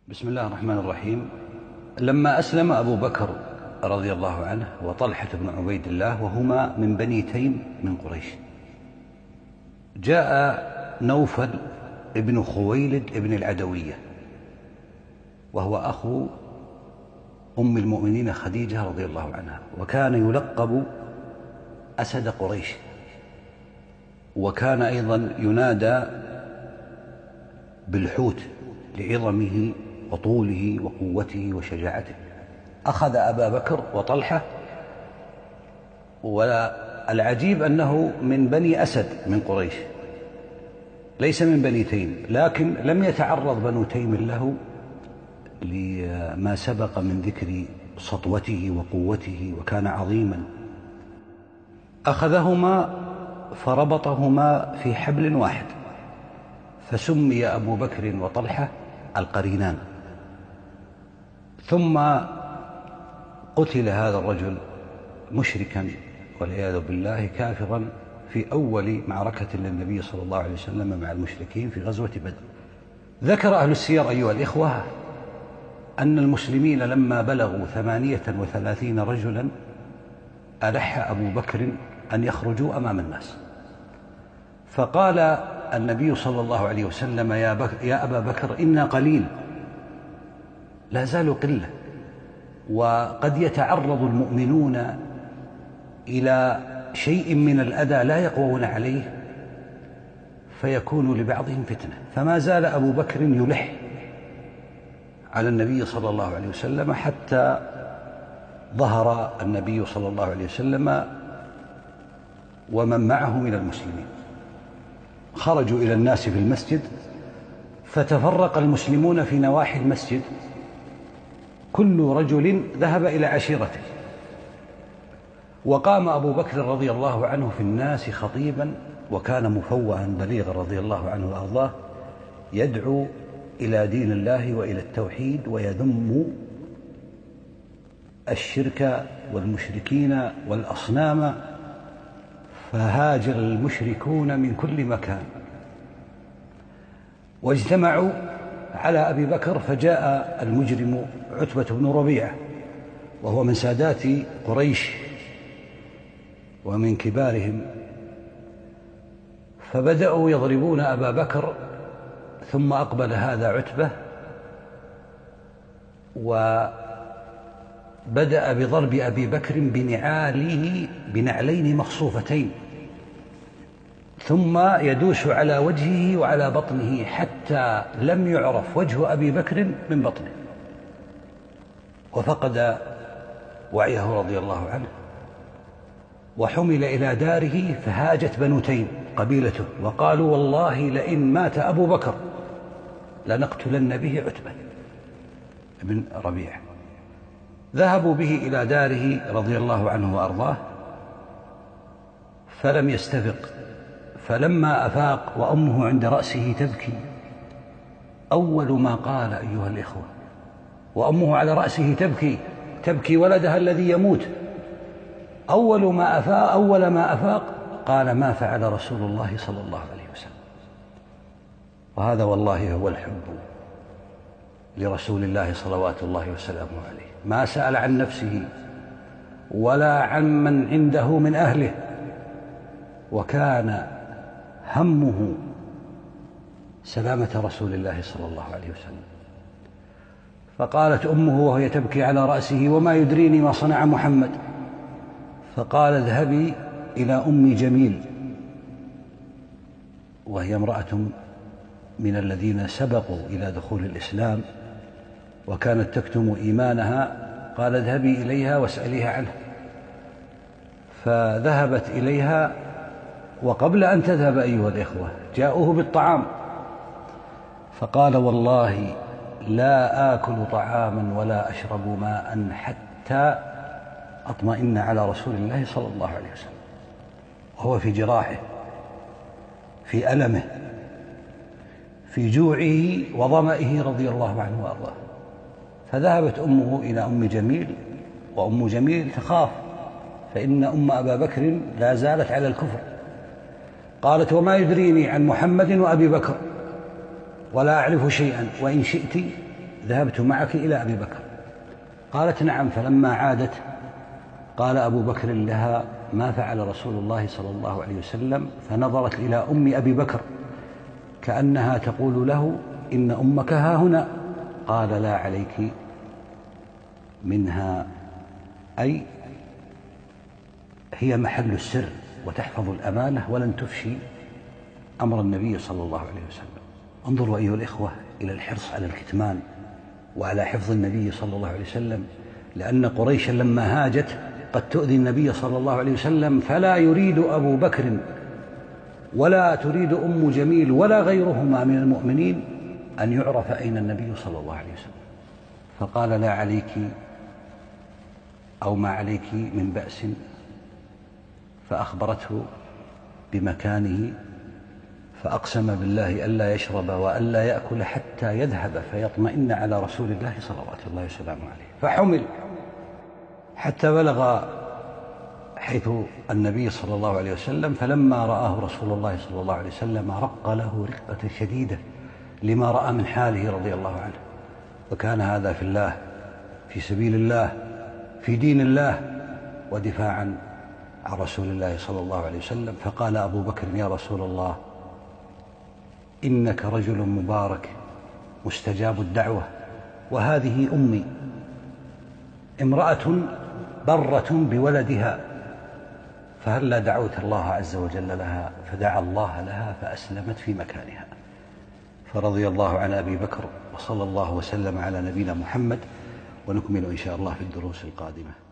بسم الله الرحمن الرحيم. لما أسلم أبو بكر رضي الله عنه وطلحة بن عبيد الله وهما من بني تيم من قريش، جاء نوفل ابن خويلد ابن العدوية وهو أخو أم المؤمنين خديجة رضي الله عنها، وكان يلقب أسد قريش، وكان أيضا ينادى بالحوت لعظمه وطوله وقوته وشجاعته. أخذ أبا بكر وطلحة، والعجيب أنه من بني أسد من قريش ليس من بني تيم، لكن لم يتعرض بنو تيم له لما سبق من ذكر سطوته وقوته، وكان عظيما. أخذهما فربطهما في حبل واحد، فسمي أبو بكر وطلحة القرينان. ثم قتل هذا الرجل مشركا والعياذ بالله كافرا في أول معركة للنبي صلى الله عليه وسلم مع المشركين في غزوة بدر. ذكر أهل السير أيها الإخوة أن المسلمين لما بلغوا 38 رجلا ألح أبو بكر أن يخرجوا أمام الناس، فقال النبي صلى الله عليه وسلم: يا أبا بكر، إنا قليل، لا زالوا قلة، وقد يتعرض المؤمنون إلى شيء من الأذى لا يقوون عليه فيكون لبعضهم فتنة. فما زال أبو بكر يلح على النبي صلى الله عليه وسلم حتى ظهر النبي صلى الله عليه وسلم ومن معه من المسلمين. خرجوا إلى الناس في المسجد، فتفرق المسلمون في نواحي المسجد، كل رجل ذهب إلى عشيرته. وقام أبو بكر رضي الله عنه في الناس خطيبا، وكان مفوها بليغا رضي الله عنه وأرضاه، يدعو إلى دين الله وإلى التوحيد، ويذم الشرك والمشركين والأصنام. فهاجر المشركون من كل مكان واجتمعوا على أبي بكر، فجاء المجرم عتبة بن ربيعة وهو من سادات قريش ومن كبارهم، فبدأوا يضربون أبا بكر. ثم أقبل هذا عتبة وبدأ بضرب أبي بكر بنعاله بنعلين مخصوفتين، ثم يدوس على وجهه وعلى بطنه حتى لم يعرف وجه أبي بكر من بطنه، وفقد وعيه رضي الله عنه، وحمل إلى داره. فهاجت بنو تيم قبيلته وقالوا: والله لئن مات أبو بكر لنقتلن به عتبة بن ربيعة. ذهبوا به إلى داره رضي الله عنه وأرضاه، فلم يستفق. فلما أفاق وأمه عند رأسه تبكي، أول ما قال أيها الإخوة، وأمه على رأسه تبكي ولدها الذي يموت، أول ما أفاق قال: ما فعل رسول الله صلى الله عليه وسلم. وهذا والله هو الحب لرسول الله صلوات الله وسلامه عليه، ما سأل عن نفسه ولا عن من عنده من أهله، وكان همه سلامة رسول الله صلى الله عليه وسلم. فقالت أمه وهي تبكي على رأسه: وما يدريني ما صنع محمد؟ فقال: اذهبي إلى أم جميل، وهي امرأة من الذين سبقوا إلى دخول الإسلام وكانت تكتم إيمانها. قال: اذهبي إليها واسأليها عنه. فذهبت إليها، وقبل أن تذهب أيها الإخوة جاءوه بالطعام، فقال: والله لا آكل طعاما ولا أشرب ماء حتى أطمئن على رسول الله صلى الله عليه وسلم، وهو في جراحه، في ألمه، في جوعه وظمئه رضي الله عنه وأرضاه. فذهبت أمه إلى أم جميل، وأم جميل تخاف، فإن أم أبا بكر لا زالت على الكفر. قالت: وما يدريني عن محمد وأبي بكر ولا أعرف شيئا، وإن شئت ذهبت معك إلى أبي بكر. قالت نعم. فلما عادت قال أبو بكر لها ما فعل رسول الله صلى الله عليه وسلم؟ فنظرت إلى أم أبي بكر كأنها تقول له إن أمك ها هنا. قال لا عليك منها، أي هي محل السر وتحفظ الأمانة ولن تفشي أمر النبي صلى الله عليه وسلم. انظروا أيها الإخوة إلى الحرص على الكتمان وعلى حفظ النبي صلى الله عليه وسلم، لأن قريشا لما هاجت قد تؤذي النبي صلى الله عليه وسلم، فلا يريد أبو بكر ولا تريد أم جميل ولا غيرهما من المؤمنين أن يعرف أين النبي صلى الله عليه وسلم. فقال لا عليك أو ما عليك من بأس، فأخبرته بمكانه، فأقسم بالله ألا يشرب وألا يأكل حتى يذهب فيطمئن على رسول الله صلوات الله وسلامه عليه. فحمل حتى بلغ حيث النبي صلى الله عليه وسلم، فلما رآه رسول الله صلى الله عليه وسلم رق له رقة شديدة لما رأى من حاله رضي الله عنه. وكان هذا في الله، في سبيل الله، في دين الله، ودفاعا عن رسول الله صلى الله عليه وسلم. فقال أبو بكر يا رسول الله إنك رجل مبارك مستجاب الدعوة، وهذه أمي امرأة برة بولدها، فهلا دعوت الله عز وجل لها؟ فدعا الله لها فأسلمت في مكانها. فرضي الله عن أبي بكر، وصلى الله وسلم على نبينا محمد، ونكمل إن شاء الله في الدروس القادمة.